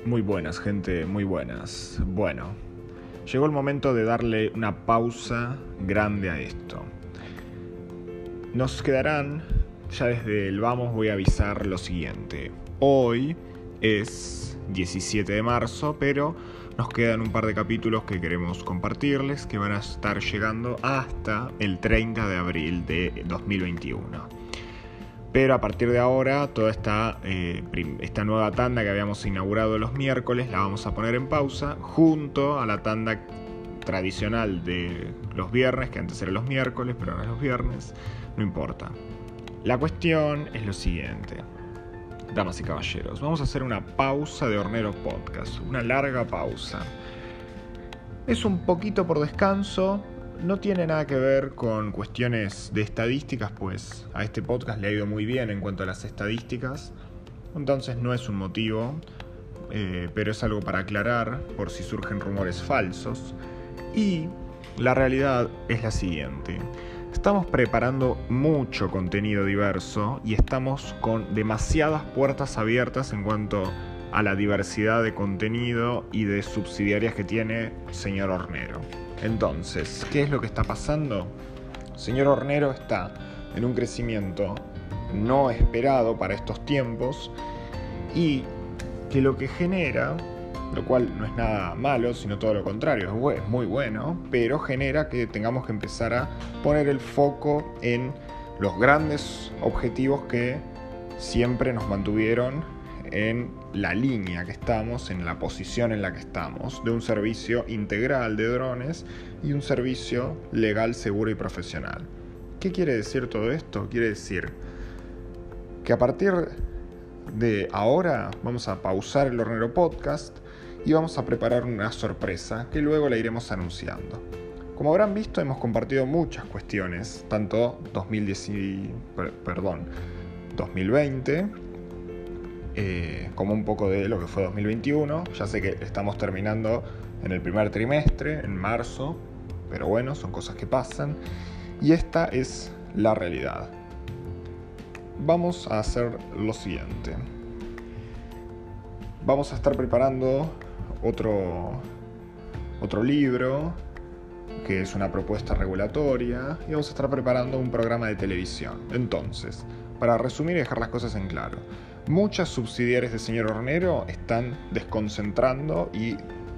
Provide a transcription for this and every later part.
Muy buenas, gente, muy buenas. Bueno, llegó el momento de darle una pausa grande a esto. Nos quedarán, ya desde el vamos voy a avisar lo siguiente. Hoy es 17 de marzo, pero nos quedan un par de capítulos que queremos compartirles que van a estar llegando hasta el 30 de abril de 2021. Pero a partir de ahora, toda esta nueva tanda que habíamos inaugurado los miércoles la vamos a poner en pausa junto a la tanda tradicional de los viernes, que antes eran los miércoles, pero ahora es los viernes, no importa. La cuestión es lo siguiente, damas y caballeros, vamos a hacer una pausa de Hornero Podcast, una larga pausa. Es un poquito por descanso. No tiene nada que ver con cuestiones de estadísticas, pues a este podcast le ha ido muy bien en cuanto a las estadísticas. Entonces no es un motivo, pero es algo para aclarar por si surgen rumores falsos. Y la realidad es la siguiente. Estamos preparando mucho contenido diverso y estamos con demasiadas puertas abiertas en cuanto a la diversidad de contenido y de subsidiarias que tiene señor Hornero. Entonces, ¿qué es lo que está pasando? Señor Hornero está en un crecimiento no esperado para estos tiempos y que lo que genera, lo cual no es nada malo, sino todo lo contrario, es muy bueno, pero genera que tengamos que empezar a poner el foco en los grandes objetivos que siempre nos mantuvieron en la línea que estamos, en la posición en la que estamos, de un servicio integral de drones y un servicio legal, seguro y profesional. ¿Qué quiere decir todo esto? Quiere decir que a partir de ahora vamos a pausar el Hornero Podcast y vamos a preparar una sorpresa que luego la iremos anunciando. Como habrán visto, hemos compartido muchas cuestiones, tanto 2020, como un poco de lo que fue 2021. Ya sé que estamos terminando en el primer trimestre, en marzo, pero bueno, son cosas que pasan. Y esta es la realidad. Vamos a hacer lo siguiente. Vamos a estar preparando otro libro, que es una propuesta regulatoria, y vamos a estar preparando un programa de televisión. Entonces, para resumir y dejar las cosas en claro, muchas subsidiarias de señor Hornero están desconcentrando y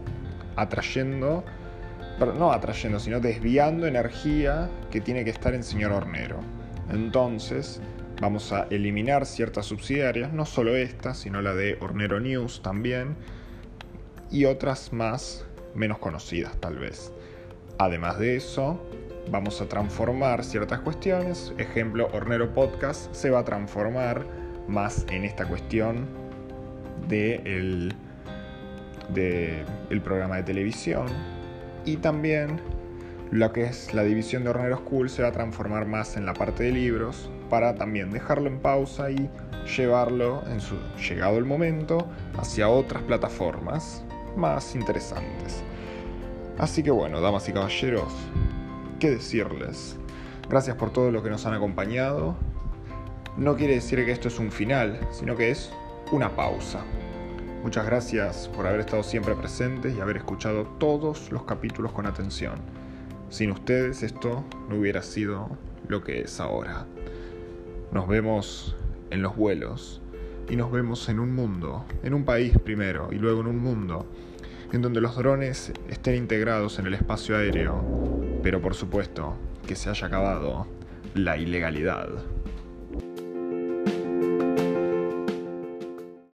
sino desviando energía que tiene que estar en señor Hornero. Entonces, vamos a eliminar ciertas subsidiarias, no solo esta, sino la de Hornero News también, y otras más menos conocidas tal vez. Además de eso, vamos a transformar ciertas cuestiones. Ejemplo, Hornero Podcast se va a transformar más en esta cuestión del programa de televisión, y también lo que es la división de Hornero School se va a transformar más en la parte de libros, para también dejarlo en pausa y llevarlo, en su llegado el momento, hacia otras plataformas más interesantes. Así que bueno, damas y caballeros, ¿qué decirles? Gracias por todo lo que nos han acompañado. No quiere decir que esto es un final, sino que es una pausa. Muchas gracias por haber estado siempre presentes y haber escuchado todos los capítulos con atención. Sin ustedes esto no hubiera sido lo que es ahora. Nos vemos en los vuelos y nos vemos en un mundo, en un país primero y luego en un mundo en donde los drones estén integrados en el espacio aéreo, pero por supuesto que se haya acabado la ilegalidad.